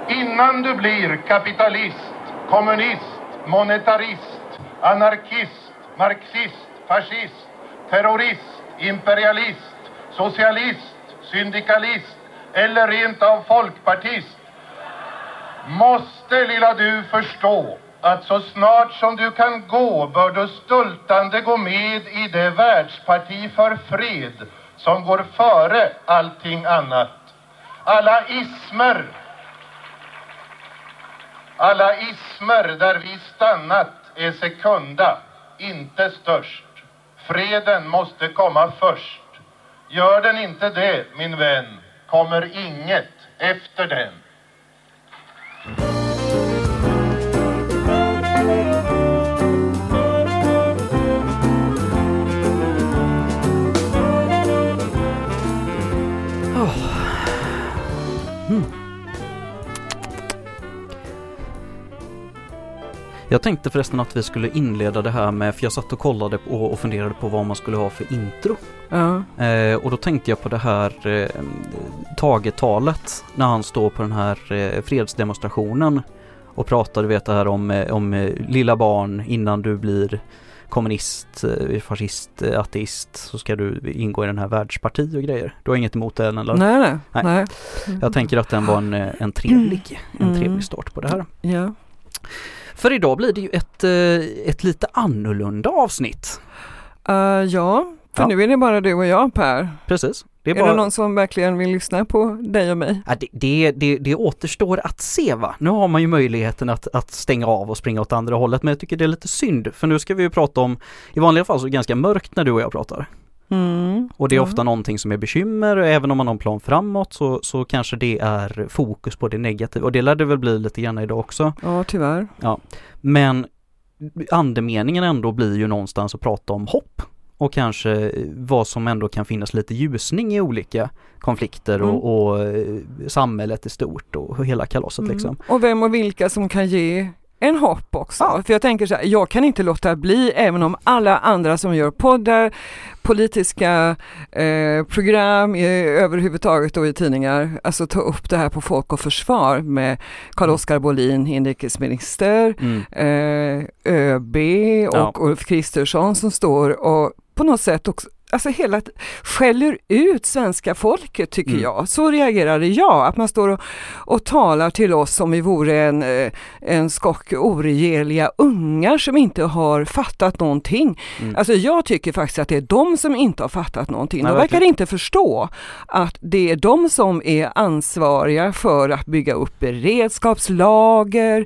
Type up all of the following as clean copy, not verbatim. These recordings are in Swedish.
Innan du blir kapitalist, kommunist, monetarist, anarkist, marxist, fascist, terrorist, imperialist, socialist, syndikalist eller rent av folkpartist, måste lilla du förstå att så snart som du kan gå bör du stultande gå med i det världsparti för fred som går före allting annat. Alla ismer där vi stannat är sekunda, inte störst. Freden måste komma först. Gör den inte det, min vän, kommer inget efter den. Jag tänkte förresten att vi skulle inleda det här med, för jag satt och kollade på och funderade på vad man skulle ha för intro. Och då tänkte jag på det här Tage-talet när han står på den här fredsdemonstrationen och pratar, du vet, det här om lilla barn, innan du blir kommunist, fascist, ateist så ska du ingå i den här världsparti och grejer. Du har inget emot det eller? Nej. Jag tänker att den var en trevlig start på det här. Ja. För idag blir det ju ett lite annorlunda avsnitt. Nu är det bara du och jag, Per. Precis. Är det någon som verkligen vill lyssna på dig och mig? Ja, det återstår att se, va? Nu har man ju möjligheten att stänga av och springa åt andra hållet, men jag tycker det är lite synd. För nu ska vi ju prata om, i vanliga fall så är det ganska mörkt när du och jag pratar. Och det är ofta någonting som är bekymmer, och även om man har en plan framåt så kanske det är fokus på det negativa. Och det lär det väl bli lite grann idag också. Ja, tyvärr. Ja. Men andemeningen ändå blir ju någonstans att prata om hopp. Och kanske vad som ändå kan finnas lite ljusning i olika konflikter och samhället är stort och hela kalaset liksom. Och vem och vilka som kan ge en hopp också. Ja. För jag tänker så här, jag kan inte låta bli, även om alla andra som gör poddar, politiska program överhuvudtaget och i tidningar, alltså ta upp det här på Folk och Försvar med Carl-Oskar Bolin, inrikesminister, ÖB och Ulf Kristersson som står och på något sätt också skäller ut svenska folket, tycker jag. Så reagerade jag, att man står och talar till oss som vi vore en skock oregeliga ungar som inte har fattat någonting. Alltså jag tycker faktiskt att det är de som inte har fattat någonting. De verkar inte förstå att det är de som är ansvariga för att bygga upp beredskapslager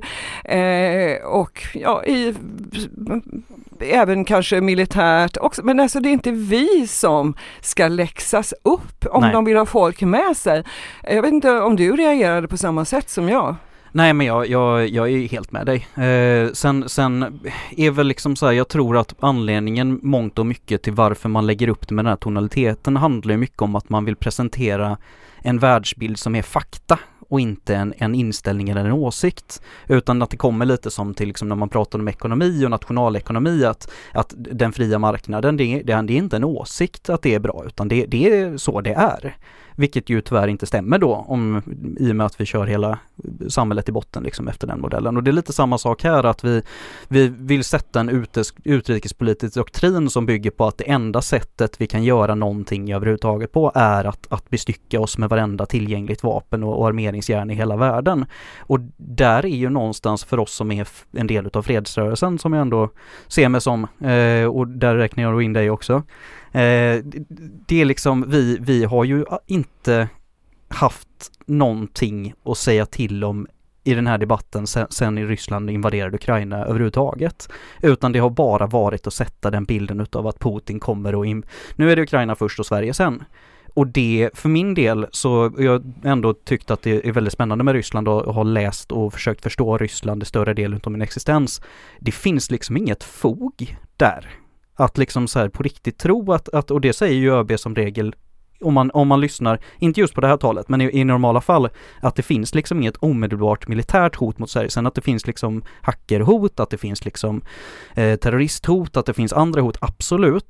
även kanske militärt också. Men alltså det är inte vi som ska läxas upp om de vill ha folk med sig. Jag vet inte om du reagerade på samma sätt som jag. Nej, men jag är helt med dig. Sen är väl liksom så här, jag tror att anledningen mångt och mycket till varför man lägger upp det med den här tonaliteten handlar ju mycket om att man vill presentera en världsbild som är fakta och inte en inställning eller en åsikt, utan att det kommer lite som till liksom när man pratar om ekonomi och nationalekonomi, att den fria marknaden, det är inte en åsikt att det är bra, utan det är så det är. Vilket ju tyvärr inte stämmer då i och med att vi kör hela samhället i botten liksom efter den modellen. Och det är lite samma sak här, att vi vill sätta en utrikespolitisk doktrin som bygger på att det enda sättet vi kan göra någonting överhuvudtaget på är att bestycka oss med varenda tillgängligt vapen och armeringsjärn i hela världen. Och där är ju någonstans för oss som är en del av fredsrörelsen, som jag ändå ser mig som, och där räknar jag då in dig också. Det är liksom, vi har ju inte haft någonting att säga till om i den här debatten sen i Ryssland invaderade Ukraina överhuvudtaget, utan det har bara varit att sätta den bilden utav att Putin kommer och nu är det Ukraina först och Sverige sen. Och det, för min del, så jag ändå tyckt att det är väldigt spännande med Ryssland och har läst och försökt förstå Ryssland i större delen av min existens. Det finns liksom inget fog där. Att liksom så här på riktigt tro att och det säger ju ÖB som regel om man lyssnar, inte just på det här talet, men i normala fall, att det finns liksom inget omedelbart militärt hot mot Sverige. Sen att det finns liksom hackerhot, att det finns liksom terroristhot, att det finns andra hot, absolut.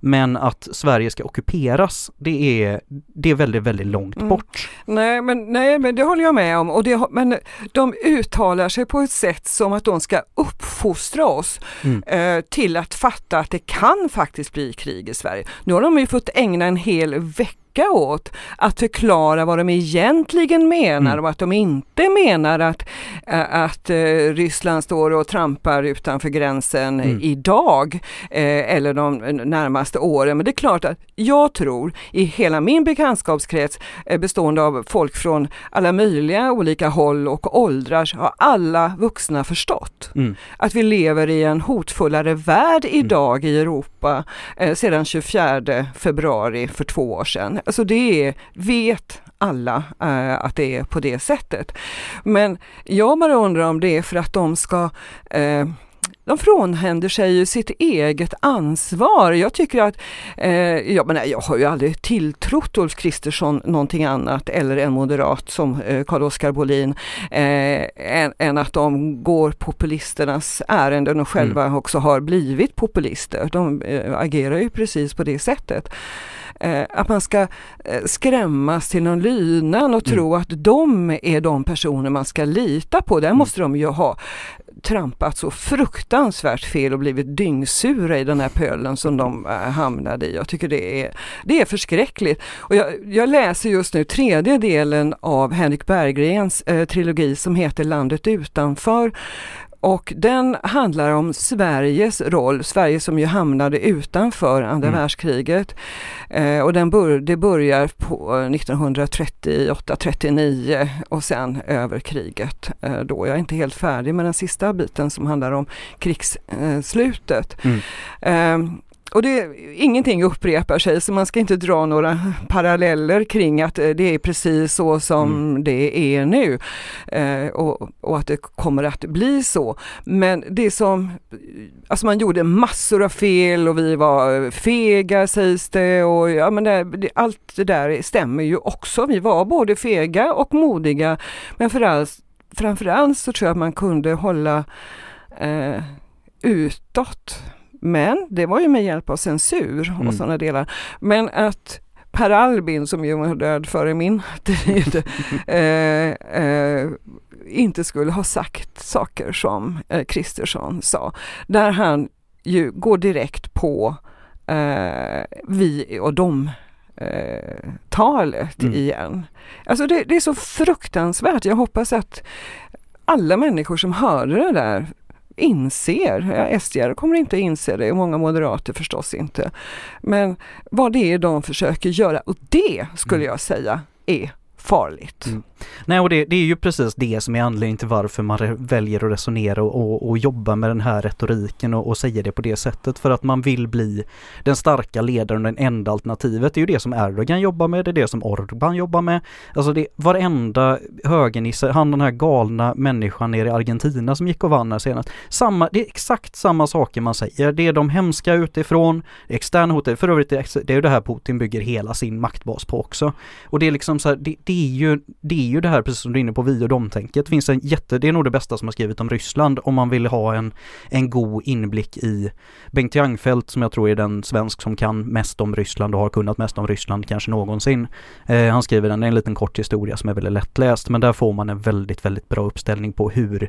Men att Sverige ska ockuperas, det är väldigt, väldigt långt bort. Nej, men det håller jag med om. Men de uttalar sig på ett sätt som att de ska uppfostra oss till att fatta att det kan faktiskt bli krig i Sverige. Nu har de ju fått ägna en hel vecka åt att förklara vad de egentligen menar och att de inte menar att Ryssland står och trampar utanför gränsen idag eller de närmaste åren. Men det är klart att jag tror i hela min bekantskapskrets bestående av folk från alla möjliga olika håll och åldrar har alla vuxna förstått att vi lever i en hotfullare värld idag i Europa sedan 24 februari för 2 år sedan. Alltså vet alla att det är på det sättet. Men jag bara undrar om det är för att de ska... de frånhänder sig ju sitt eget ansvar. Jag tycker att jag har ju aldrig tilltrott Ulf Kristersson någonting annat eller en moderat som Carl-Oskar Bolin än att de går populisternas ärenden och själva också har blivit populister. De agerar ju precis på det sättet. Att man ska skrämmas till någon lynan och tro att de är de personer man ska lita på. Där måste de ju ha trampat så fruktansvärt fel och blivit dyngsura i den här pölen som de hamnade i. Jag tycker det är förskräckligt. Och jag läser just nu 3:e delen av Henrik Berggrens trilogi som heter Landet utanför. Och den handlar om Sveriges roll, Sverige som ju hamnade utanför andra världskriget. Och det börjar på 1938-39 och sen över kriget. Då jag är inte helt färdig med den sista biten som handlar om krigsslutet. Och ingenting upprepar sig, så man ska inte dra några paralleller kring att det är precis så som det är nu och att det kommer att bli så. Men det som, alltså man gjorde massor av fel och vi var fega sägs det och ja, men allt det där stämmer ju också. Vi var både fega och modiga, men framförallt så tror jag att man kunde hålla utåt. Men det var ju med hjälp av censur och sådana delar. Men att Per Albin, som ju var död före min tid, inte skulle ha sagt saker som Kristersson sa. Där han ju går direkt på vi och dem talet igen. Alltså det är så fruktansvärt. Jag hoppas att alla människor som hörde det där inser, SDR kommer inte inse det och många moderater förstås inte, men vad det är de försöker göra, och det skulle jag säga är farligt. Nej, och det är ju precis det som är anledningen till varför man väljer att resonera och jobba med den här retoriken och säga det på det sättet, för att man vill bli den starka ledaren, den enda alternativet. Det är ju det som Erdogan jobbar med, det är det som Orban jobbar med. Alltså varenda högernisse, den här galna människan nere i Argentina som gick och vann här senast. Det är exakt samma saker man säger. Det är de hemska utifrån, det externa hotet. För övrigt, det är ju det här Putin bygger hela sin maktbas på också. Och det är liksom så här, det är ju det här, precis som du är inne på, vi och de-tänket. Det finns det är nog det bästa som har skrivit om Ryssland om man vill ha en god inblick i Bengt Jangfeldt, som jag tror är den svensk som kan mest om Ryssland och har kunnat mest om Ryssland kanske någonsin. Han skriver det är en liten kort historia som är väldigt lättläst, men där får man en väldigt, väldigt bra uppställning på hur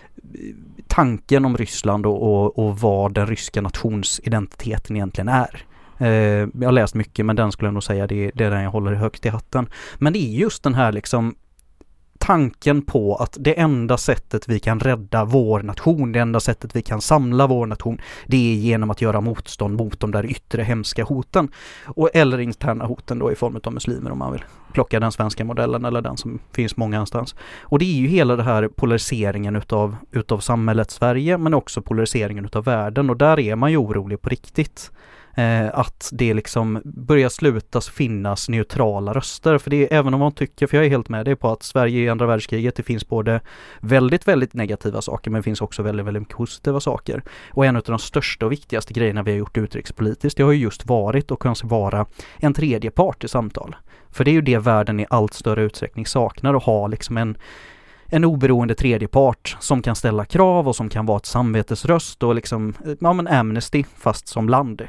tanken om Ryssland och vad den ryska nationsidentiteten egentligen är. Jag har läst mycket, men den skulle jag nog säga det är den jag håller högt i hatten. Men det är just den här liksom tanken på att det enda sättet vi kan rädda vår nation, det enda sättet vi kan samla vår nation, det är genom att göra motstånd mot de där yttre hemska hoten eller interna hoten då i form av muslimer, om man vill plocka den svenska modellen eller den som finns många annanstans. Och det är ju hela det här polariseringen utav samhället Sverige, men också polariseringen utav världen, och där är man ju orolig på riktigt. Att det liksom börjar sluta finnas neutrala röster, för det är, även om man tycker, för jag är helt med dig på att Sverige i andra världskriget, det finns både väldigt, väldigt negativa saker, men det finns också väldigt, väldigt positiva saker. Och en av de största och viktigaste grejerna vi har gjort utrikespolitiskt, det har ju just varit och kanske vara en tredje part i samtal. För det är ju det världen i allt större utsträckning saknar, och ha liksom en oberoende tredje part som kan ställa krav och som kan vara ett samvetesröst och liksom, Amnesty fast som land.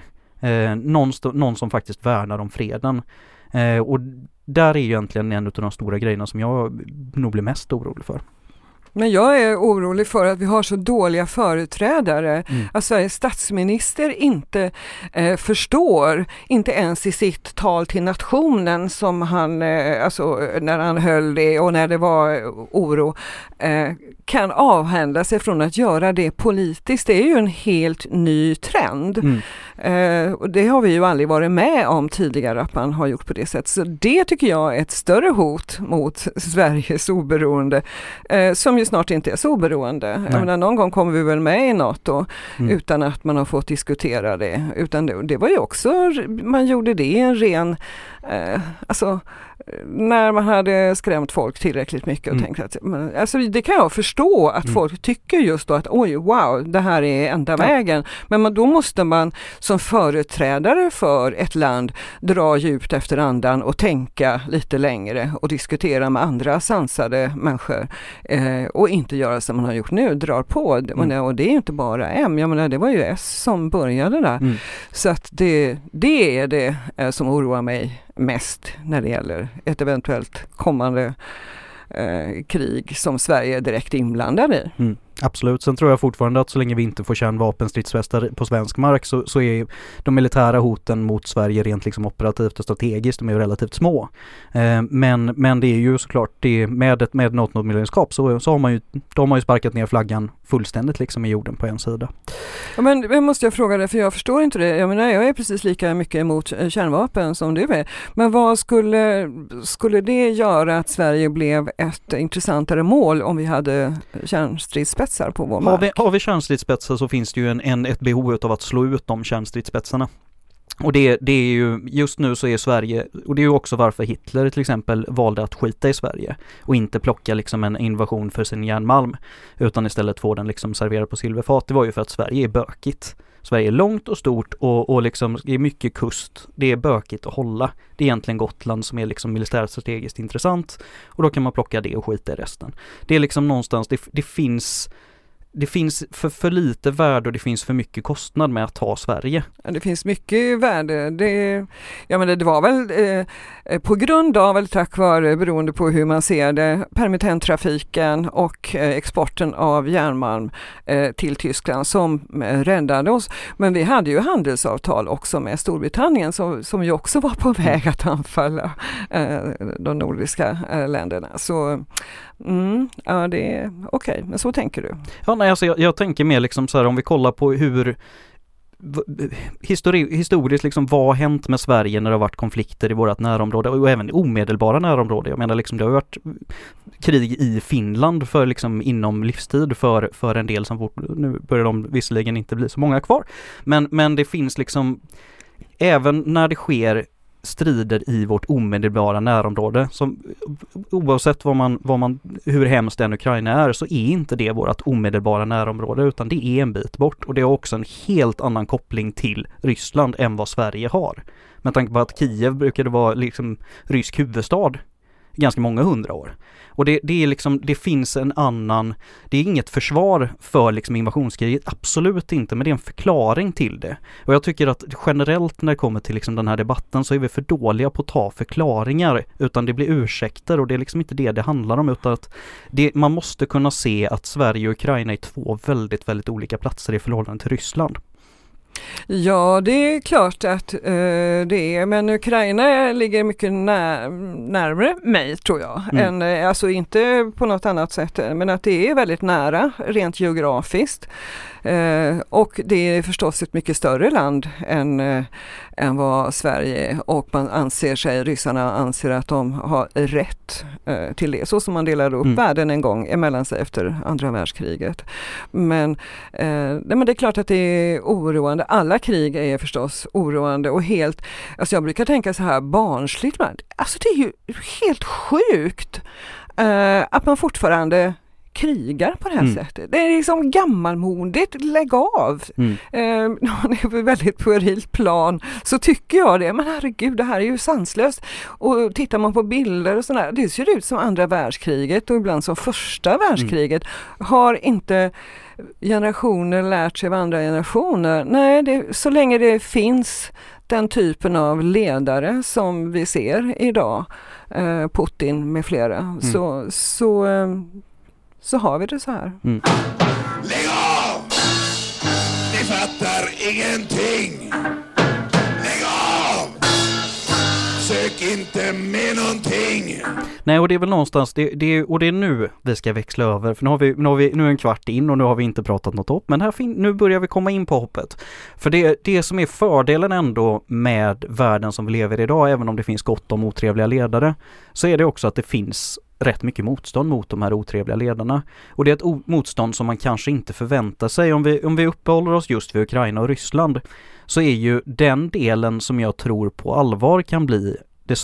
Någon som faktiskt värnar om freden. Och där är ju egentligen en av de stora grejerna som jag nog blir mest orolig för. Men jag är orolig för att vi har så dåliga företrädare. Att Sveriges statsminister inte förstår, inte ens i sitt tal till nationen som han, alltså när han höll det och när det var oro, kan avhända sig från att göra det politiskt. Det är ju en helt ny trend. Och det har vi ju aldrig varit med om tidigare att man har gjort på det sättet. Så det tycker jag är ett större hot mot Sveriges oberoende, som ju snart inte är så oberoende. Jag menar, någon gång kommer vi väl med i NATO utan att man har fått diskutera det. Utan det var ju också, man gjorde det i en ren, alltså när man hade skrämt folk tillräckligt mycket och tänkte att, alltså det kan jag förstå att folk tycker just då att oj, wow, det här är enda vägen. Men då måste man som företrädare för ett land dra djupt efter andan och tänka lite längre och diskutera med andra sansade människor och inte göra som man har gjort nu, drar på. Och det är ju inte bara M, jag menar, det var ju S som började där. Så att det är det som oroar mig mest när det gäller ett eventuellt kommande krig som Sverige är direkt inblandad i. Absolut. Sen tror jag fortfarande att så länge vi inte får kärnvapenstridsvästar på svensk mark så är de militära hoten mot Sverige rent liksom operativt och strategiskt, de är ju relativt små. Men det är ju såklart det, med ett NATO-medlemskap så har man ju sparkat ner flaggan fullständigt liksom i jorden på en sida. Ja, men måste jag fråga dig, för jag förstår inte det. Jag menar, jag är precis lika mycket emot kärnvapen som du är. Men vad skulle det göra att Sverige blev ett intressantare mål om vi hade kärnstridsspetsar på vår mark? Har vi kärnstridsspetsar så finns det ju ett behov av att slå ut de kärnstridsspetsarna. Och det är ju, just nu så är Sverige, och det är ju också varför Hitler till exempel valde att skita i Sverige och inte plocka liksom en invasion för sin järnmalm, utan istället få den liksom serverad på silverfat. Det var ju för att Sverige är bökigt. Sverige är långt och stort och liksom det är mycket kust. Det är bökigt att hålla. Det är egentligen Gotland som är liksom militärt strategiskt intressant, och då kan man plocka det och skita i resten. Det är liksom någonstans, det finns för lite värde och det finns för mycket kostnad med att ta Sverige. Ja, det finns mycket värde. Det var väl på grund av, eller tack vare, beroende på hur man ser det, permittenttrafiken och exporten av järnmalm till Tyskland som räddade oss. Men vi hade ju handelsavtal också med Storbritannien som ju också var på väg att anfalla de nordiska länderna. Så ja, det är okej. Men så tänker du? Ja, nej, alltså jag tänker mer liksom så här, om vi kollar på hur historiskt liksom, vad har hänt med Sverige när det har varit konflikter i vårt närområde och även omedelbara närområde. Jag menar liksom, det har varit krig i Finland för liksom inom livstid för en del som nu börjar de visserligen inte bli så många kvar. Men det finns liksom, även när det sker strider i vårt omedelbara närområde, som oavsett hur hemskt den Ukraina är, så är inte det vårt omedelbara närområde, utan det är en bit bort, och det har också en helt annan koppling till Ryssland än vad Sverige har. Med tanke på att Kiev brukade vara liksom rysk huvudstad ganska många 100 år. Och det är liksom, det finns en annan, det är inget försvar för liksom invasionskriget, absolut inte, men det är en förklaring till det. Och jag tycker att generellt när det kommer till liksom den här debatten så är vi för dåliga på att ta förklaringar, utan det blir ursäkter, och det är liksom inte det handlar om, utan att man måste kunna se att Sverige och Ukraina är två väldigt, väldigt olika platser i förhållande till Ryssland. Ja, det är klart att det är, men Ukraina ligger mycket närmare mig, tror jag. Alltså inte på något annat sätt, men att det är väldigt nära rent geografiskt. Och det är förstås ett mycket större land än vad Sverige är, och ryssarna anser att de har rätt till det, så som man delade upp världen en gång emellan sig efter andra världskriget. Men det är klart att det är oroande. Alla krig är förstås oroande och helt, alltså jag brukar tänka så här barnsligt, alltså det är ju helt sjukt att man fortfarande krigar på det här sättet. Det är liksom gammalmodigt, lägg av. Man är på ett väldigt puerilt plan, så tycker jag det. Men herregud, det här är ju sanslöst. Och tittar man på bilder och sådär, det ser ut som andra världskriget och ibland som första världskriget. Har inte generationer lärt sig av andra generationer? Nej, så länge det finns den typen av ledare som vi ser idag, Putin med flera, så har vi det så här. Lägg av! Ni fattar ingenting! Lägg av! Sök inte med någonting! Nej, och det är väl någonstans, och det är nu vi ska växla över, för nu är en kvart in och nu har vi inte pratat något hopp, men nu börjar vi komma in på hoppet. För det som är fördelen ändå med världen som vi lever i idag, även om det finns gott om otrevliga ledare, så är det också att det finns rätt mycket motstånd mot de här otrevliga ledarna. Och det är ett motstånd som man kanske inte förväntar sig. Om vi uppehåller oss just vid Ukraina och Ryssland, så är ju den delen som jag tror på allvar kan bli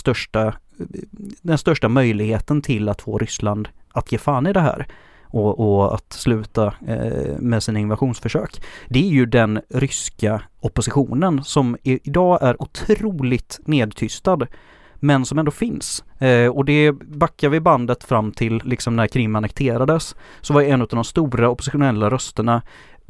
den största möjligheten till att få Ryssland att ge fan i det här och att sluta med sina invasionsförsök. Det är ju den ryska oppositionen som idag är otroligt nedtystad, men som ändå finns. Och det backar vi bandet fram till liksom när Krim annekterades, så var en av de stora oppositionella rösterna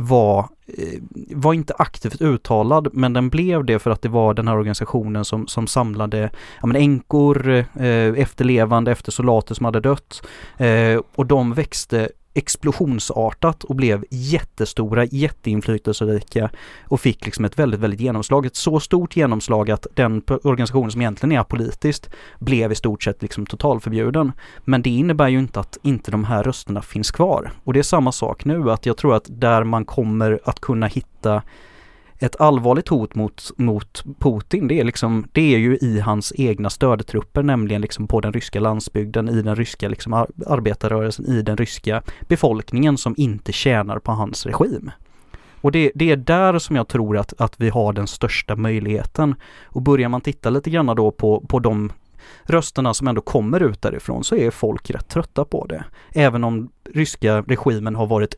var inte aktivt uttalad, men den blev det för att det var den här organisationen som samlade änkor, efterlevande efter soldater som hade dött, och de växte explosionsartat och blev jättestora, jätteinflytelserika och fick liksom ett väldigt, väldigt genomslag. Ett så stort genomslag att den organisationen som egentligen är apolitiskt blev i stort sett liksom totalförbjuden. Men det innebär ju inte att inte de här rösterna finns kvar. Och det är samma sak nu, att jag tror att där man kommer att kunna hitta ett allvarligt hot mot Putin, det är ju i hans egna stödtrupper, nämligen liksom på den ryska landsbygden, i den ryska liksom arbetarrörelsen, i den ryska befolkningen som inte tjänar på hans regim. Och det är där som jag tror att vi har den största möjligheten. Och börjar man titta lite grann då på de rösterna som ändå kommer ut därifrån, så är folk rätt trötta på det. Även om ryska regimen har varit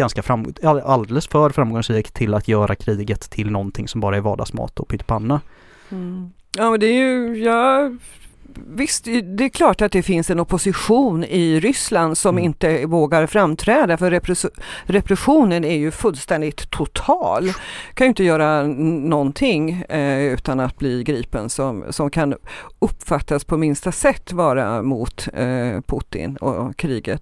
alldeles för framgångsrik till att göra kriget till någonting som bara är vardagsmat och pyttipanna. Ja, men det är ju... Visst, det är klart att det finns en opposition i Ryssland som inte vågar framträda, för repressionen är ju fullständigt total. Kan ju inte göra någonting utan att bli gripen som kan uppfattas på minsta sätt vara mot Putin och kriget.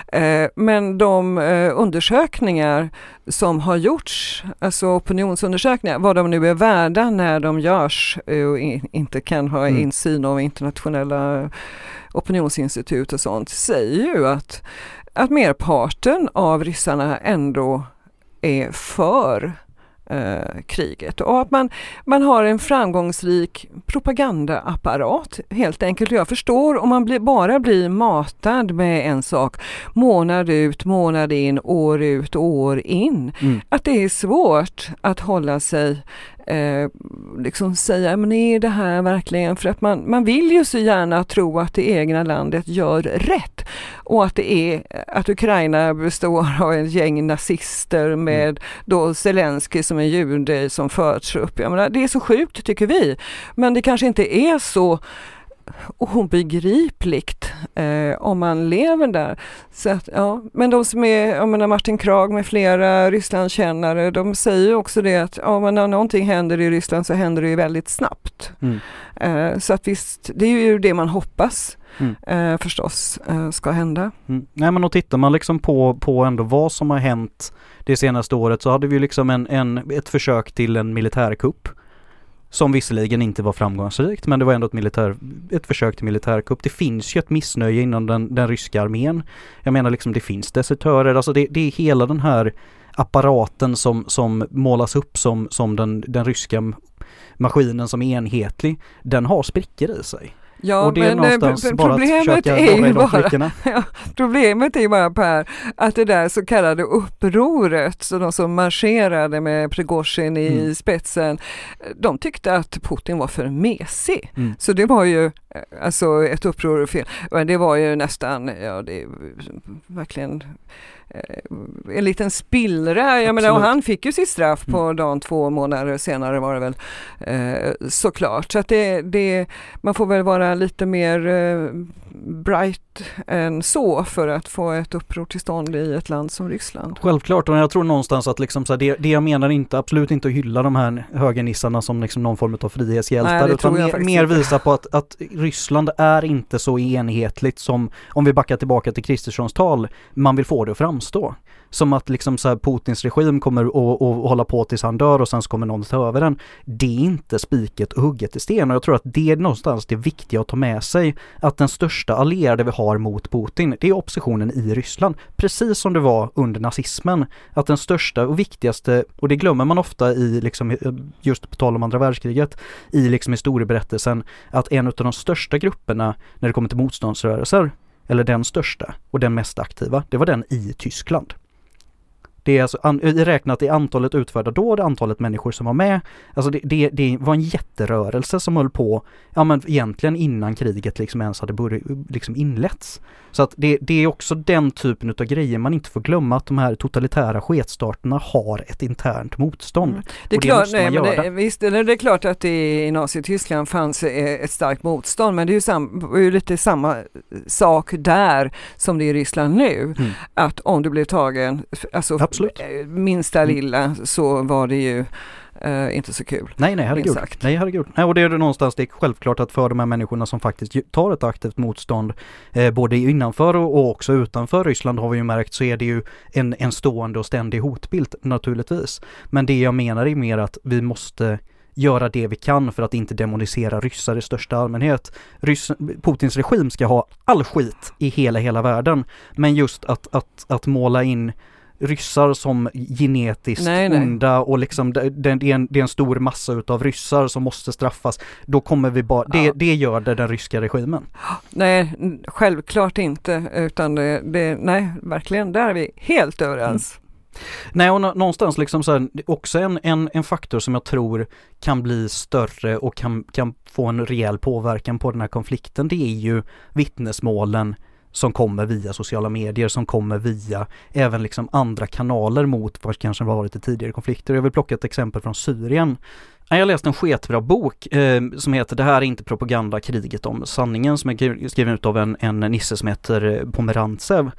Men de undersökningar som har gjorts, alltså opinionsundersökningar, vad de nu är värda när de görs och inte kan ha insyn av internationella opinionsinstitut och sånt, säger ju att merparten av ryssarna ändå är för kriget, och att man har en framgångsrik propagandaapparat helt enkelt. Jag förstår om man bara blir matad med en sak månad ut, månad in, år ut, år in, att det är svårt att hålla sig liksom säga, men är det här verkligen, för att man vill ju så gärna tro att det egna landet gör rätt, och att Ukraina består av en gäng nazister med då Zelensky som en jude som förtrupp. Jag menar, det är så sjukt tycker vi, men det kanske inte är så obegripligt om man lever där. Så att, ja. Men de som är, jag menar Martin Krag med flera Rysslandskännare, de säger ju också det att men när någonting händer i Ryssland så händer det ju väldigt snabbt. Så att visst, det är ju det man hoppas förstås ska hända. Nej, men då tittar man liksom på ändå vad som har hänt det senaste året, så hade vi liksom ett försök till en militärkupp som visserligen inte var framgångsrikt, men det var ändå ett försök till militärkupp. Det finns ju ett missnöje inom den ryska armén. Jag menar liksom, det finns desertörer, alltså det är hela den här apparaten som målas upp som den ryska maskinen som är enhetlig, den har sprickor i sig. Ja, och det är men problemet är ju bara Per, att det där så kallade upproret, så de som marscherade med Prigozjin i spetsen, de tyckte att Putin var för mesig. Så det var ju Alltså ett uppror fel. Men det var ju nästan, det är verkligen en liten spillra. Jag menar, och han fick ju sitt straff på dagen 2 månader senare var det väl såklart. Så att man får väl vara lite mer bright än så för att få ett uppror till stånd i ett land som Ryssland. Självklart, och jag tror någonstans att liksom så här, det jag menar absolut inte att hylla de här högernissarna som liksom någon form av frihetshjältar, utan mer visa på att Ryssland är inte så enhetligt som, om vi backar tillbaka till Kristerssons tal, man vill få det att framstå. Som att liksom så här, Putins regim kommer att hålla på tills han dör och sen så kommer någon ta över den. Det är inte spiket och hugget i sten, och jag tror att det är någonstans det viktiga att ta med sig, att den största allierade vi har mot Putin, det är oppositionen i Ryssland. Precis som det var under nazismen. Att den största och viktigaste, och det glömmer man ofta i liksom, just på tal om andra världskriget, i liksom historieberättelsen, att en av de största grupperna när det kommer till motståndsrörelser, eller den största och den mest aktiva, det var den i Tyskland. Det är alltså räknat i antalet utförda dåd, antalet människor som var med. Alltså det var en jätterörelse som höll på, ja men egentligen innan kriget liksom ens hade liksom inletts. Så att det är också den typen av grejer man inte får glömma, att de här totalitära sketstaterna har ett internt motstånd. Det är klart, visst, det är klart att det i Nazityskland fanns ett starkt motstånd, men det är ju lite samma sak där som det är i Ryssland nu. Att om du blev tagen, alltså minsta lilla, så var det ju inte så kul. Nej, herregud. Nej, och det är det någonstans, det är självklart att för de här människorna som faktiskt tar ett aktivt motstånd både innanför och också utanför Ryssland, har vi ju märkt, så är det ju en stående och ständig hotbild naturligtvis. Men det jag menar är mer att vi måste göra det vi kan för att inte demonisera ryssar i största allmänhet. Putins regim ska ha all skit i hela världen, men just att måla in ryssar som genetiskt onda och liksom det är en stor massa utav ryssar som måste straffas, då kommer vi bara det gör den ryska regimen. Nej, självklart inte, utan nej, verkligen, där är vi helt överens. Nej, och någonstans liksom så här, också en faktor som jag tror kan bli större och kan få en rejäl påverkan på den här konflikten, det är ju vittnesmålen som kommer via sociala medier, som kommer via även liksom andra kanaler mot vad kanske varit i tidigare konflikter. Jag vill plocka ett exempel från Syrien. Jag läste en sketbra bok som heter "Det här är inte propaganda, kriget om sanningen", som är skriven ut av en nisse som heter Pomerantsev,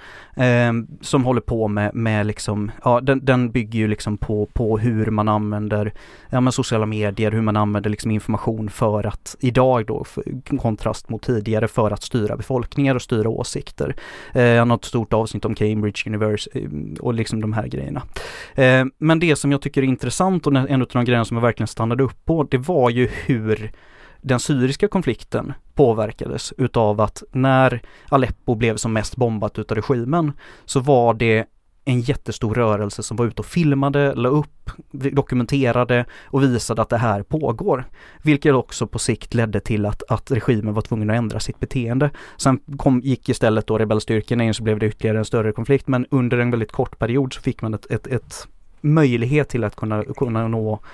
som håller på med liksom, den bygger ju liksom på hur man använder sociala medier, hur man använder liksom information för att idag då, för kontrast mot tidigare, för att styra befolkningar och styra åsikter. Han har ett stort avsnitt om Cambridge University och liksom de här grejerna. Men det som jag tycker är intressant, och en av de grejerna som jag verkligen stannade upp på, det var ju hur den syriska konflikten påverkades utav att när Aleppo blev som mest bombat utav regimen, så var det en jättestor rörelse som var ute och filmade, la upp, dokumenterade och visade att det här pågår. Vilket också på sikt ledde till att regimen var tvungen att ändra sitt beteende. Sen gick istället då rebellstyrkorna in, så blev det ytterligare en större konflikt, men under en väldigt kort period så fick man ett möjlighet till att kunna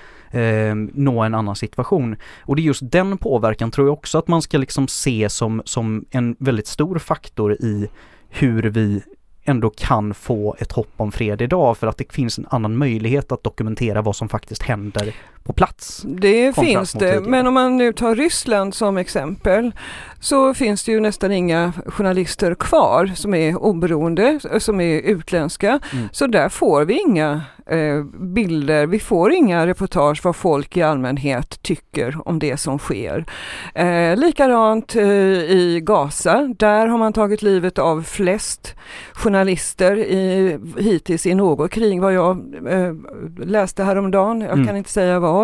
nå en annan situation. Och det är just den påverkan, tror jag också att man ska liksom se som en väldigt stor faktor i hur vi ändå kan få ett hopp om fred idag, för att det finns en annan möjlighet att dokumentera vad som faktiskt händer på plats. Det finns det, men om man nu tar Ryssland som exempel, så finns det ju nästan inga journalister kvar som är oberoende, som är utländska. Så där får vi inga bilder, vi får inga reportage vad folk i allmänhet tycker om det som sker. Likadant i Gaza, där har man tagit livet av flest journalister hittills i något krig, vad jag läste häromdagen, jag kan inte säga var.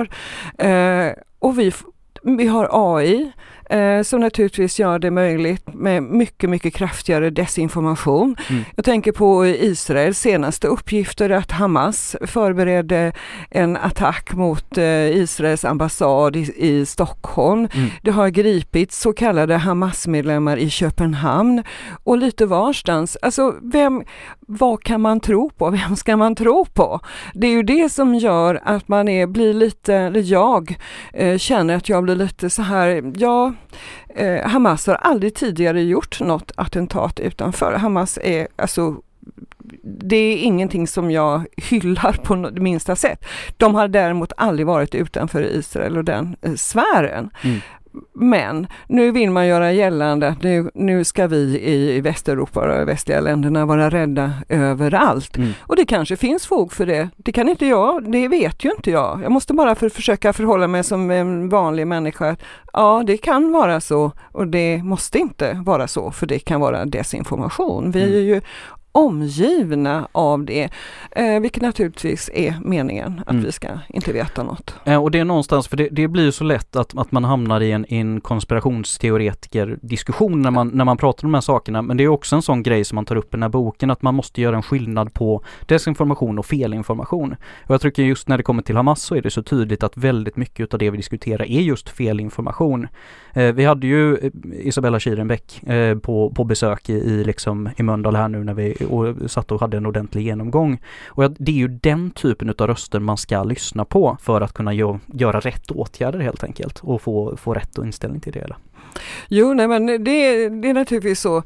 Och vi har AI som naturligtvis gör det möjligt med mycket, mycket kraftigare desinformation. Jag tänker på Israels senaste uppgifter att Hamas förberedde en attack mot Israels ambassad i Stockholm. Det har gripits så kallade Hamas-medlemmar i Köpenhamn och lite varstans. Alltså vad kan man tro på? Vem ska man tro på? Det är ju det som gör att man blir lite, eller jag känner att jag blir lite så här, Hamas har aldrig tidigare gjort något attentat utanför. Hamas är det är ingenting som jag hyllar på det minsta sätt. De har däremot aldrig varit utanför Israel och den sfären. Men nu vill man göra gällande att nu ska vi i Västeuropa och västliga länderna vara rädda överallt. Och det kanske finns fog för det. Det kan inte jag, det vet ju inte jag. Jag måste bara försöka förhålla mig som en vanlig människa. Ja, det kan vara så och det måste inte vara så, för det kan vara desinformation. Vi är ju omgivna av det, vilket naturligtvis är meningen att vi ska inte veta något. Och det är någonstans, för det blir ju så lätt att man hamnar i en konspirationsteoretiker-diskussion när man pratar om de här sakerna, men det är också en sån grej som man tar upp i den här boken, att man måste göra en skillnad på desinformation och felinformation. Och jag tycker just när det kommer till Hamas så är det så tydligt att väldigt mycket av det vi diskuterar är just felinformation. Vi hade ju Isabella Schierenbeck på besök i Mölndal här nu när vi satt och hade en ordentlig genomgång. Och det är ju den typen av röster man ska lyssna på för att kunna göra rätt åtgärder helt enkelt och få rätt inställning till det hela. Jo, nej, men det är naturligtvis så.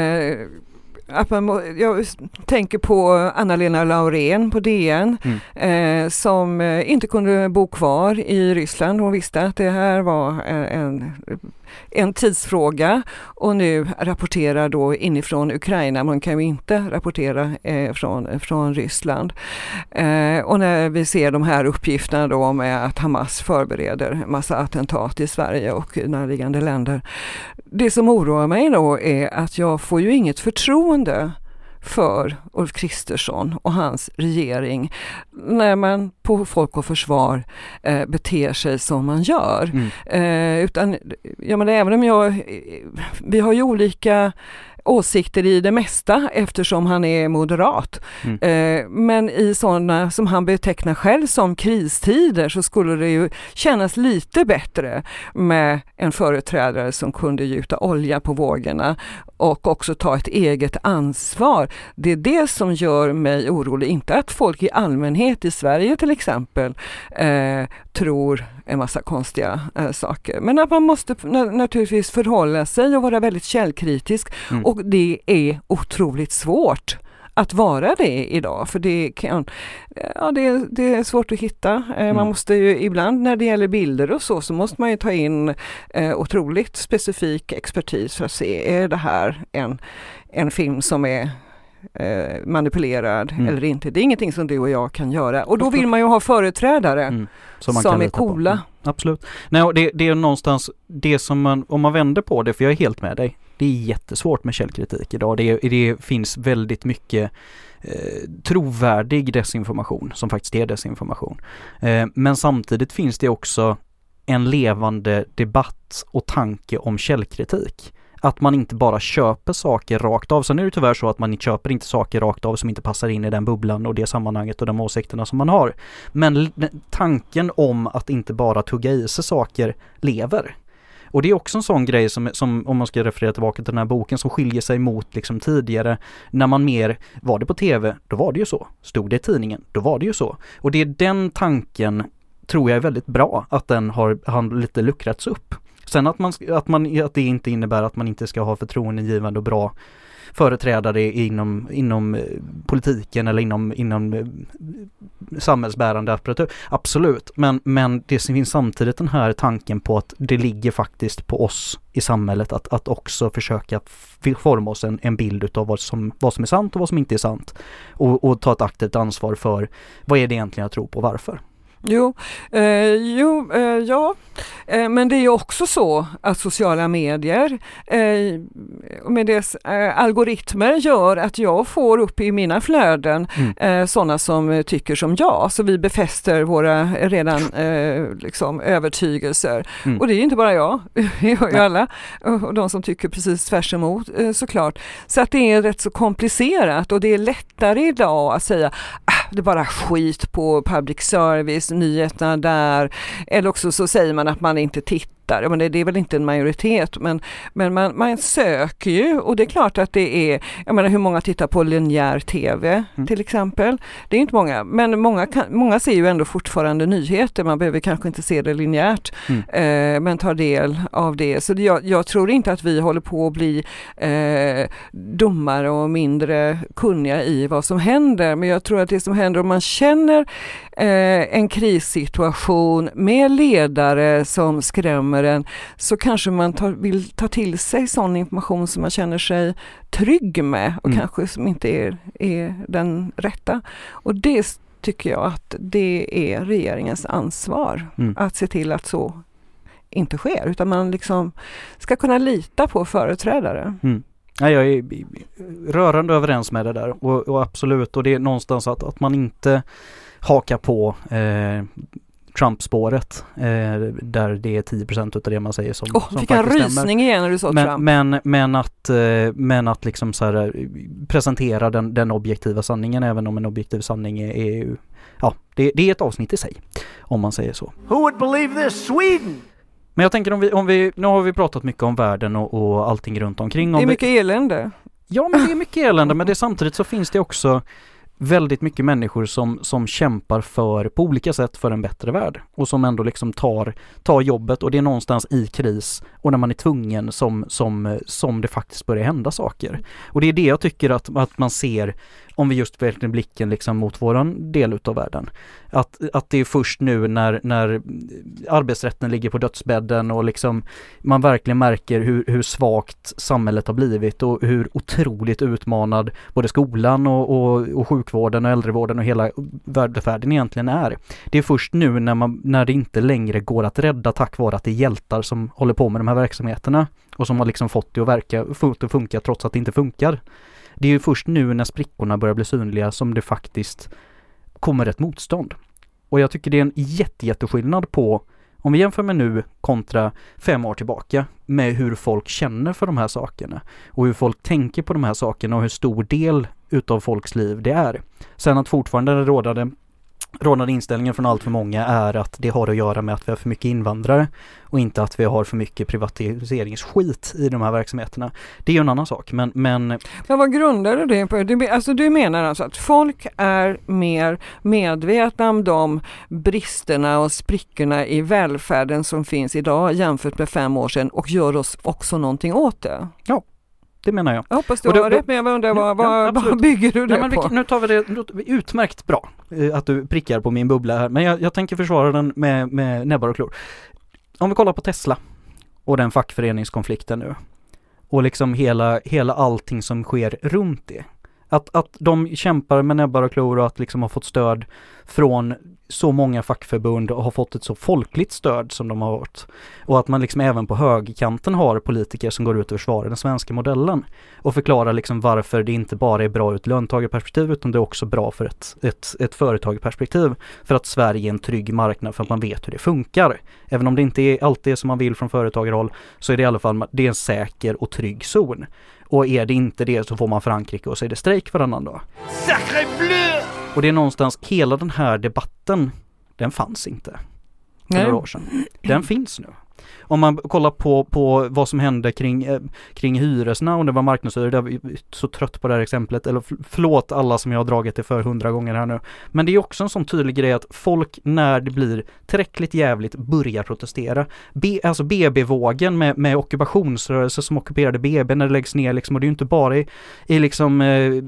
Jag tänker på Anna-Lena Laurén på DN som inte kunde bo kvar i Ryssland. Hon visste att det här var en tidsfråga och nu rapporterar då inifrån Ukraina. Man kan ju inte rapportera från Ryssland. Och när vi ser de här uppgifterna då med att Hamas förbereder massa attentat i Sverige och närliggande länder. Det som oroar mig då är att jag får ju inget förtroende för Ulf Kristersson och hans regering när man på Folk och Försvar beter sig som man gör. Utan, även om vi har ju olika åsikter i det mesta eftersom han är moderat. Men i sådana som han betecknar själv som kristider så skulle det ju kännas lite bättre med en företrädare som kunde gjuta olja på vågorna och också ta ett eget ansvar. Det är det som gör mig orolig. Inte att folk i allmänhet i Sverige till exempel tror en massa konstiga saker. Men att man måste naturligtvis förhålla sig och vara väldigt källkritisk. Och det är otroligt svårt att vara det idag. För det är svårt att hitta. Man måste ju ibland när det gäller bilder och så måste man ju ta in otroligt specifik expertis för att se, är det här en film som är manipulerad eller inte. Det är ingenting som du och jag kan göra. Och då vill man ju ha företrädare som är coola. Absolut. Nej, och det är någonstans det som om man vänder på det, för jag är helt med dig. Det är jättesvårt med källkritik idag. Det finns väldigt mycket trovärdig desinformation som faktiskt är desinformation. Men samtidigt finns det också en levande debatt och tanke om källkritik. Att man inte bara köper saker rakt av. Sen är det tyvärr så att man köper inte saker rakt av som inte passar in i den bubblan och det sammanhanget och de åsikterna som man har. Men tanken om att inte bara tugga i sig saker lever. Och det är också en sån grej som om man ska referera tillbaka till den här boken, som skiljer sig mot tidigare. När man mer var det på tv, då var det ju så. Stod det i tidningen, då var det ju så. Och det är den tanken, tror jag är väldigt bra, att den har lite luckrats upp. Sen att det inte innebär att man inte ska ha förtroendegivande och bra företrädare inom politiken eller inom samhällsbärande apparatur. Absolut, men det finns samtidigt den här tanken på att det ligger faktiskt på oss i samhället att också försöka forma oss en bild av vad som är sant och vad som inte är sant, och ta ett aktivt ansvar för vad är det egentligen jag tror på, varför. Ja, men det är ju också så att sociala medier med dess algoritmer gör att jag får upp i mina flöden sådana som tycker som jag, så vi befäster våra redan övertygelser. Och det är ju inte bara jag, det gör ju alla, och de som tycker precis tvärs emot såklart. Så att det är rätt så komplicerat, och det är lättare idag att säga det är bara skit på public service, nyheterna där, eller också så säger man att man inte tittar tittar. Men det är väl inte en majoritet, men man söker ju, och det är klart att det är, jag menar hur många tittar på linjär tv till exempel. Det är inte många, men många ser ju ändå fortfarande nyheter. Man behöver kanske inte se det linjärt, men tar del av det. Så jag tror inte att vi håller på att bli dummare och mindre kunniga i vad som händer. Men jag tror att det som händer om man känner en krissituation med ledare som skrämmer en, så kanske man vill ta till sig sån information som man känner sig trygg med och kanske som inte är den rätta. Och det tycker jag att det är regeringens ansvar att se till att så inte sker, utan man liksom ska kunna lita på företrädare. Ja, jag är rörande överens med det där och absolut, och det är någonstans att man inte hakar på Trump-spåret där det är 10% av det man säger som fick en rysning igen när du sa Trump. Men att liksom så här, presentera den objektiva sanningen, även om en objektiv sanning är ju, det är ett avsnitt i sig, om man säger så. Who would believe this? Sweden! Men jag tänker om vi nu har vi pratat mycket om världen och allting runt omkring. Det är mycket elände. Ja, men det är mycket elände, men det samtidigt så finns det också väldigt mycket människor som kämpar på olika sätt för en bättre värld och som ändå liksom tar jobbet, och det är någonstans i kris och när man är tvungen som det faktiskt börjar hända saker. Och det är det jag tycker att man ser om vi just verkligen blicken liksom mot våran del utav världen. Att det är först nu när arbetsrätten ligger på dödsbädden och liksom man verkligen märker hur svagt samhället har blivit och hur otroligt utmanad både skolan och sjukvården och äldrevården och hela välfärden egentligen är. Det är först nu när det inte längre går att rädda tack vare att det är hjältar som håller på med de här verksamheterna och som har liksom fått det att funka trots att det inte funkar. Det är ju först nu när sprickorna börjar bli synliga som det faktiskt kommer ett motstånd. Och jag tycker det är en jätteskillnad på, om vi jämför med nu kontra 5 år tillbaka, med hur folk känner för de här sakerna och hur folk tänker på de här sakerna och hur stor del utav folks liv det är. Sen att fortfarande den rådande inställningen från allt för många är att det har att göra med att vi har för mycket invandrare och inte att vi har för mycket privatiseringsskit i de här verksamheterna. Det är ju en annan sak, men vad grundar du det på? Alltså du menar alltså att folk är mer medvetna om de bristerna och sprickorna i välfärden som finns idag jämfört med 5 år sedan och gör oss också någonting åt det? Ja. Det menar jag. Jag hoppas du har rätt, men jag undrar vad bygger du det på? Nu tar vi det utmärkt bra att du prickar på min bubbla här. Men jag tänker försvara den med näbbar och klor. Om vi kollar på Tesla och den fackföreningskonflikten nu och liksom hela allting som sker runt det. Att de kämpar med näbbar och klor och att liksom har fått stöd från så många fackförbund och har fått ett så folkligt stöd som de har fått. Och att man liksom även på högerkanten har politiker som går ut och försvarar den svenska modellen och förklarar liksom varför det inte bara är bra ur ett löntagarperspektiv utan det är också bra för ett företagarperspektiv, för att Sverige är en trygg marknad för att man vet hur det funkar. Även om det inte är alltid det som man vill från företagarhåll så är det i alla fall det är en säker och trygg zon. Och är det inte det så får man Frankrike och så är det strejk varannan dag. Och det är någonstans, hela den här debatten, den fanns inte för några år sedan. Den finns nu. Om man kollar på vad som hände kring hyresna och det var marknadshyror, jag är så trött på det här exemplet, eller förlåt alla som jag har dragit det för 100 gånger här nu. Men det är också en sån tydlig grej att folk när det blir tillräckligt jävligt börjar protestera. Alltså BB-vågen med ockupationsrörelser som ockuperade BB när det läggs ner liksom, och det är ju inte bara i liksom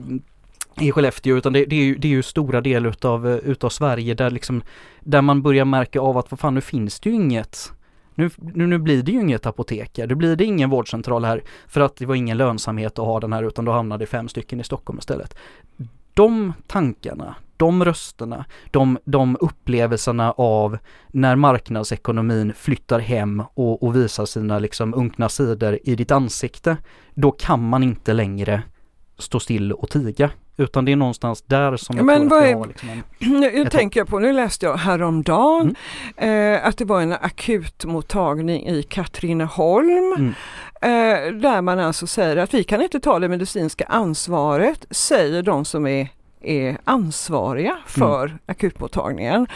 i Skellefteå utan det är ju stora delar utav Sverige där man börjar märka av att vad fan, nu finns det ju inget. Nu blir det ju inget apotek här. Det blir det ingen vårdcentral här för att det var ingen lönsamhet att ha den här utan då hamnade 5 stycken i Stockholm istället. De tankarna, de rösterna, de upplevelserna av när marknadsekonomin flyttar hem och visar sina liksom unkna sidor i ditt ansikte, då kan man inte längre stå still och tiga. Utan det är någonstans där som jag tror att jag har liksom jag tänker på, nu läste jag häromdagen att det var en akutmottagning i Katrineholm där man alltså säger att vi kan inte ta det medicinska ansvaret, säger de som är är ansvariga för akutmottagningen.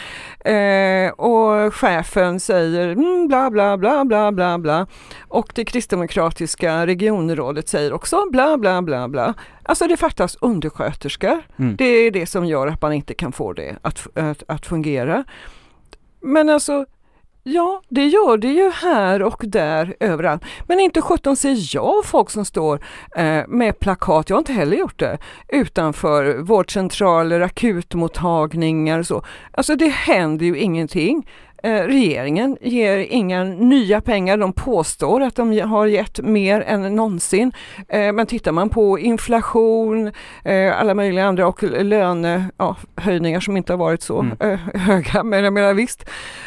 Och chefen säger bla bla bla bla bla bla. Och det kristdemokratiska regionrådet säger också bla bla bla bla. Alltså det fattas undersköterskor. Det är det som gör att man inte kan få det att fungera. Men alltså, ja, det gör det ju här och där överallt. Men inte 17 ser jag folk som står med plakat, jag har inte heller gjort det, utanför vårdcentraler, akutmottagningar och så. Alltså det händer ju ingenting. Regeringen ger inga nya pengar. De påstår att de har gett mer än någonsin. Men tittar man på inflation, alla möjliga andra och lönehöjningar som inte har varit så höga, men jag menar visst,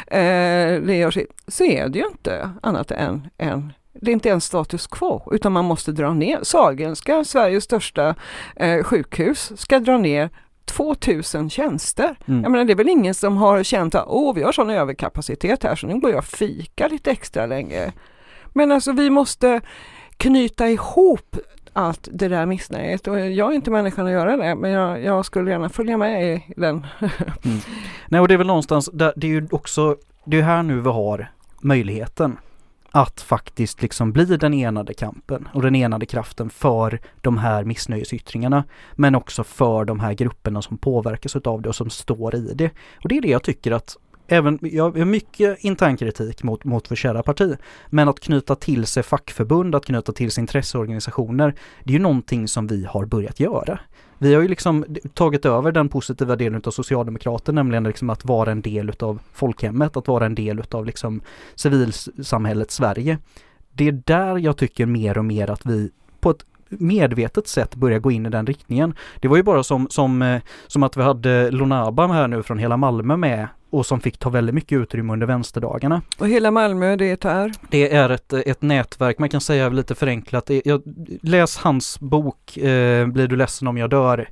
det gör sig, så är det ju inte annat än det är inte en status quo, utan man måste dra ner. Sahlgrenska, Sveriges största sjukhus, ska dra ner 2000 tjänster. Jag menar, det är väl ingen som har känt att vi har sån överkapacitet här så nu går jag fika lite extra länge. Men alltså vi måste knyta ihop allt det där missnöjet, och jag är inte människan att göra det, men jag skulle gärna följa med i den. Nej, och det är väl någonstans där, det är ju också, det är här nu vi har möjligheten att faktiskt liksom bli den enade kampen och den enade kraften för de här missnöjesyttringarna, men också för de här grupperna som påverkas av det och som står i det. Och det är det jag tycker att även, jag har mycket intern kritik mot vår kära parti, men att knyta till sig fackförbund, att knyta till sig intresseorganisationer, det är ju någonting som vi har börjat göra. Vi har ju liksom tagit över den positiva delen av Socialdemokraterna, nämligen liksom att vara en del av folkhemmet, att vara en del av liksom civilsamhället Sverige. Det är där jag tycker mer och mer att vi på ett medvetet sätt börjar gå in i den riktningen. Det var ju bara som att vi hade Lonaba här nu från hela Malmö med, och som fick ta väldigt mycket utrymme under vänsterdagarna. Och hela Malmö, det är ett nätverk, man kan säga lite förenklat. Läs hans bok Blir du ledsen om jag dör.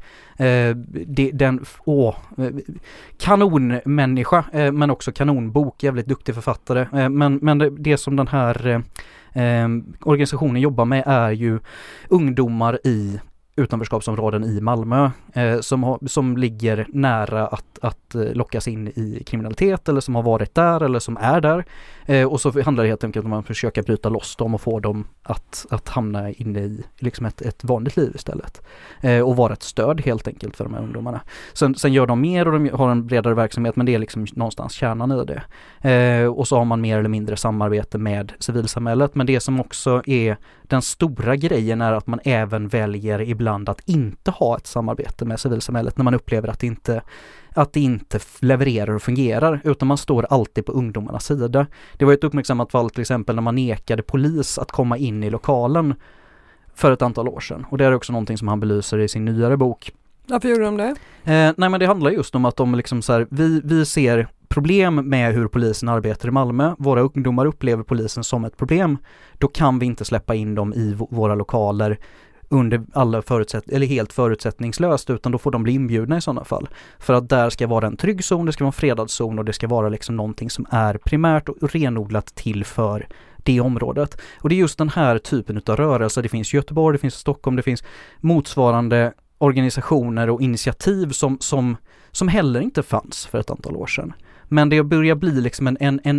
Kanonmänniska, men också kanonbok, jävligt duktig författare. Men det som den här organisationen jobbar med är ju ungdomar i utanförskapsområden i Malmö som ligger nära att lockas in i kriminalitet, eller som har varit där eller som är där. Och så handlar det helt enkelt om att försöka bryta loss dem och få dem att hamna inne i liksom ett vanligt liv istället. Och vara ett stöd helt enkelt för de här ungdomarna. Sen gör de mer och de har en bredare verksamhet, men det är liksom någonstans kärnan i det. Och så har man mer eller mindre samarbete med civilsamhället, men det som också är den stora grejen är att man även väljer ibland att inte ha ett samarbete med civilsamhället när man upplever att det inte levererar och fungerar, utan man står alltid på ungdomarnas sida. Det var ett uppmärksammat fall till exempel när man nekade polis att komma in i lokalen för ett antal år sedan. Och det är också någonting som han belyser i sin nyare bok. Varför gjorde de det? Nej, men det handlar just om att de liksom så här, vi ser problem med hur polisen arbetar i Malmö. Våra ungdomar upplever polisen som ett problem. Då kan vi inte släppa in dem i våra lokaler under alla eller helt förutsättningslöst, utan då får de bli inbjudna i sådana fall. För att där ska vara en trygg zon, det ska vara en fredad zon, och det ska vara liksom någonting som är primärt och renodlat till för det området. Och det är just den här typen av rörelser. Det finns Göteborg, det finns Stockholm, det finns motsvarande organisationer och initiativ som heller inte fanns för ett antal år sedan. Men det börjar bli liksom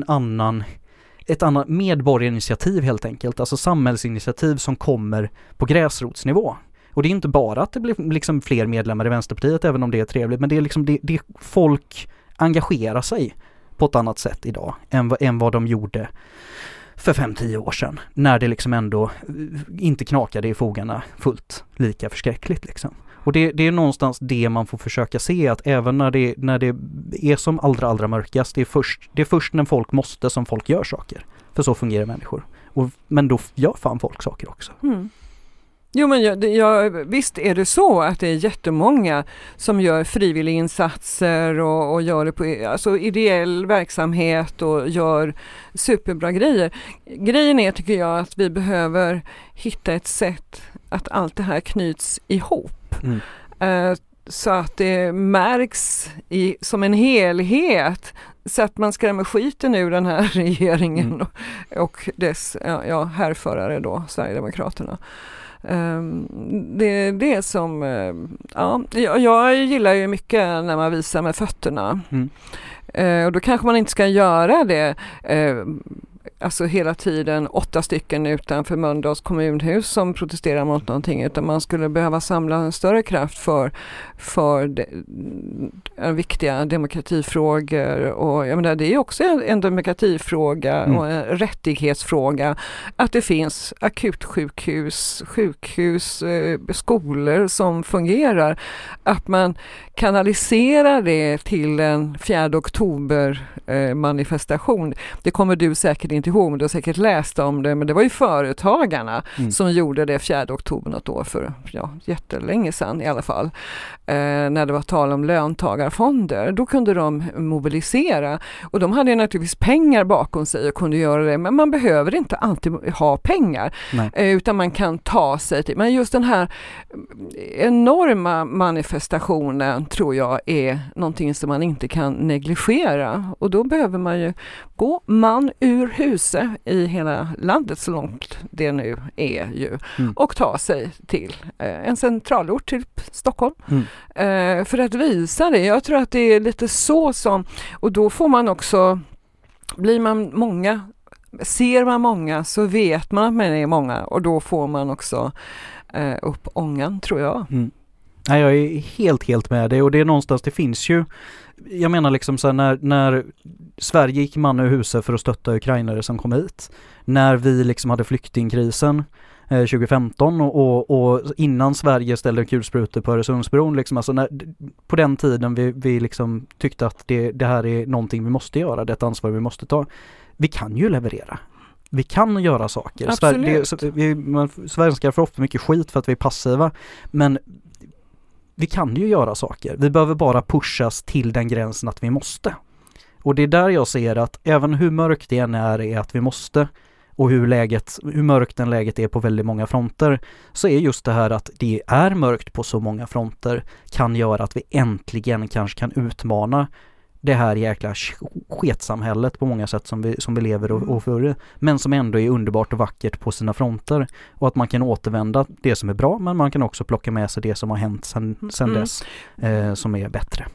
ett annat medborgarinitiativ helt enkelt, alltså samhällsinitiativ som kommer på gräsrotsnivå. Och det är inte bara att det blir liksom fler medlemmar i Vänsterpartiet, även om det är trevligt, men det är liksom det folk engagerar sig på ett annat sätt idag än vad de gjorde för 5-10 år sedan, när det liksom ändå inte knakade i fogarna fullt lika förskräckligt liksom. Och det är någonstans det man får försöka se, att även när det är som allra mörkast, det är först när folk måste som folk gör saker. För så fungerar människor. Men då gör fan folk saker också. Mm. Jo, men visst är det så att det är jättemånga som gör frivilliginsatser och gör det på alltså ideell verksamhet och gör superbra grejer. Grejen är, tycker jag, att vi behöver hitta ett sätt att allt det här knyts ihop. Så att det märks som en helhet, så att man skrämmer skiten ur den här regeringen och dess härförare då, Sverigedemokraterna. Det är det som, jag gillar ju mycket när man visar med fötterna. Och då kanske man inte ska göra det alltså hela tiden 8 stycken utanför Mölndals kommunhus som protesterar mot någonting, utan man skulle behöva samla en större kraft för viktiga demokratifrågor. Och jag menar, det är också en demokratifråga och en rättighetsfråga att det finns akutsjukhus, skolor som fungerar, att man kanaliserar det till en 4 oktober manifestation. Det kommer du säkert inte ihåg, men du har säkert läst om det, men det var ju företagarna som gjorde det 4 oktober något år för jättelänge sedan i alla fall. När det var tal om löntagarfonder, då kunde de mobilisera, och de hade naturligtvis pengar bakom sig och kunde göra det, men man behöver inte alltid ha pengar, utan man kan ta sig till, men just den här enorma manifestationen tror jag är någonting som man inte kan negligera, och då behöver man ju gå man ur huset i hela landet så långt det nu är ju, och ta sig till en centralort, typ Stockholm, för att visa det. Jag tror att det är lite så som, och då får man också, blir man många, ser man många så vet man att man är många, och då får man också upp ångan, tror jag. Nej, jag är helt med det, och det är någonstans, det finns ju, jag menar liksom så här, när Sverige gick man ur huset för att stötta ukrainare som kom hit, när vi liksom hade flyktingkrisen 2015 och innan Sverige ställde kulsprutor på Öresundsbron, liksom, alltså på den tiden vi liksom tyckte att det här är någonting vi måste göra, det är ett ansvar vi måste ta. Vi kan ju leverera. Vi kan göra saker. Svenskar får ofta mycket skit för att vi är passiva, men vi kan ju göra saker. Vi behöver bara pushas till den gränsen att vi måste. Och det är där jag ser att även hur mörkt det än är att vi måste, och hur mörkt den läget är på väldigt många fronter, så är just det här att det är mörkt på så många fronter kan göra att vi äntligen kanske kan utmana det här jäkla sketsamhället på många sätt som vi lever och för, men som ändå är underbart och vackert på sina fronter, och att man kan återvända det som är bra, men man kan också plocka med sig det som har hänt sen dess som är bättre.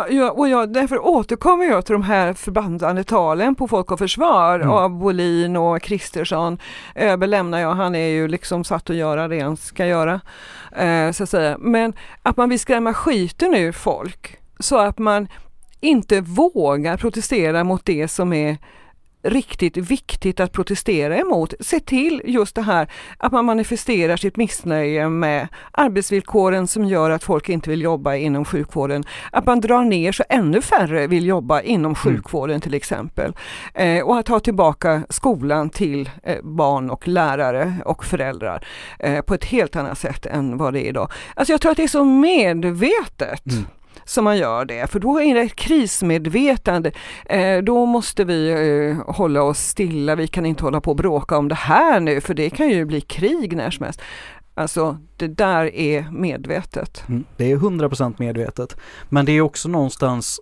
Därför återkommer jag till de här förbandande talen på Folk och Försvar av Bolin och Kristersson. Överlämnar jag, han är ju liksom satt att göra det han ska göra, så att säga. Men att man vill skrämma skiten ur folk så att man inte vågar protestera mot det som är riktigt viktigt att protestera emot. Se till just det här att man manifesterar sitt missnöje med arbetsvillkoren som gör att folk inte vill jobba inom sjukvården. Att man drar ner så ännu färre vill jobba inom sjukvården till exempel. Och att ta tillbaka skolan till barn och lärare och föräldrar på ett helt annat sätt än vad det är idag. Alltså jag tror att det är så medvetet som man gör det, för då är det ett krismedvetande. Då måste vi hålla oss stilla, vi kan inte hålla på och bråka om det här nu, för det kan ju bli krig när som helst. Alltså det där är medvetet. Det är 100% medvetet, men det är också någonstans,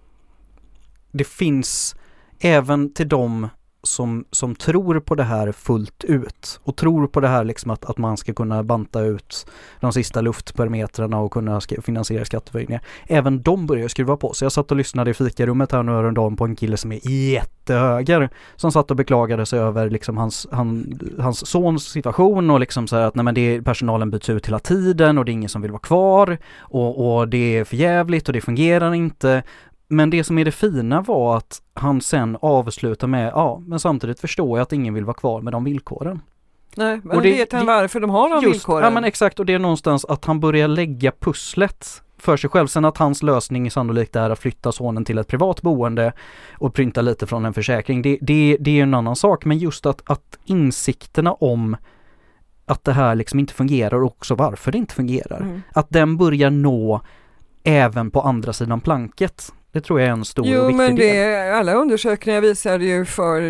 det finns även till dem som tror på det här fullt ut och tror på det här liksom att man ska kunna banta ut de sista luftperimetrarna och kunna finansiera skattehöjningar. Även de börjar skruva på sig. Jag satt och lyssnade i fikarummet här nu en dag på en kille som är jättehöger, som satt och beklagade sig över liksom hans sons situation och liksom så här att nej, men personalen byts ut hela tiden och det är ingen som vill vara kvar och det är för jävligt och det fungerar inte. Men det som är det fina var att han sen avslutar med men samtidigt förstår jag att ingen vill vara kvar med de villkoren. Nej, men vet han varför de har de villkoren? Ja, men exakt, och det är någonstans att han börjar lägga pusslet för sig själv. Sen att hans lösning sannolikt är att flytta sonen till ett privat boende och printa lite från en försäkring. Det är en annan sak, men just att insikterna om att det här liksom inte fungerar och också varför det inte fungerar. Att den börjar nå även på andra sidan planket. Det tror jag är en stor och viktig del. Alla undersökningar visar ju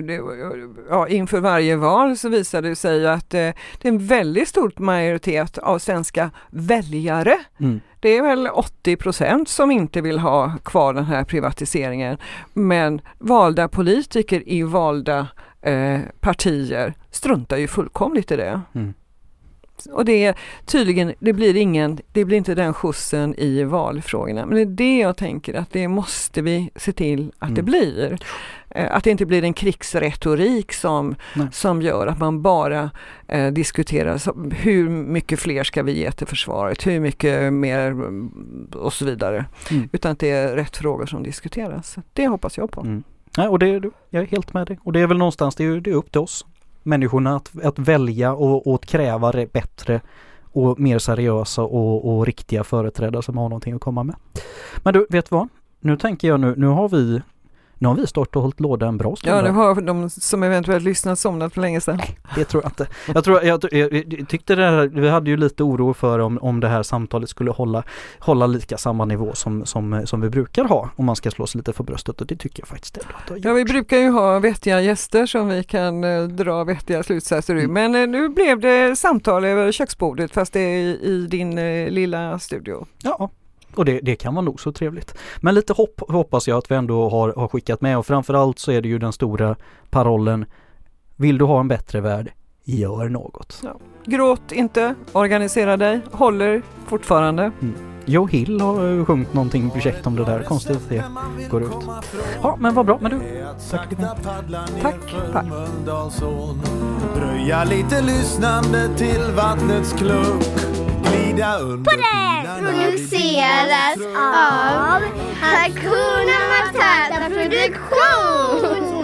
inför varje val så visar det sig att det är en väldigt stor majoritet av svenska väljare. Det är väl 80% som inte vill ha kvar den här privatiseringen. Men valda politiker i valda partier struntar ju fullkomligt i det. Och det är tydligen, det blir inte den skjutsen i valfrågorna. Men det är det jag tänker, att det måste vi se till att det blir. Att det inte blir en krigsretorik som gör att man bara diskuterar hur mycket fler ska vi ge till försvaret, hur mycket mer och så vidare. Utan att det är rätt frågor som diskuteras. Det hoppas jag på. Ja, och jag är helt med dig. Och det är väl någonstans, det är upp till oss människorna att välja och att kräva bättre och mer seriösa och riktiga företrädare som har någonting att komma med. Men du, vet vad? Nu tänker jag nu har vi startat och hållit låda en bra stund. Ja, nu har de som eventuellt lyssnat somnat för länge sedan. Det tror jag inte. Jag tyckte det här, vi hade ju lite oro för om det här samtalet skulle hålla lika samma nivå som vi brukar ha, om man ska slå sig lite för bröstet, och det tycker jag faktiskt det. Ja, vi brukar ju ha vettiga gäster som vi kan dra vettiga slutsatser ur. Men nu blev det samtal över köksbordet, fast det är i din lilla studio. Ja. Och det kan vara nog så trevligt. Men lite hoppas jag att vi ändå har skickat med. Och framförallt så är det ju den stora parollen: vill du ha en bättre värld, gör något. Ja. Gråt inte, organisera dig, håller fortfarande. Joe Hill har sjungit någonting projekt om det där. Konstigt att det går ut. Ja, men vad bra. Men du, tack. Dröja lite lyssnande till vattnets kluck. Podden produceras av Hakuna Matata Produktion.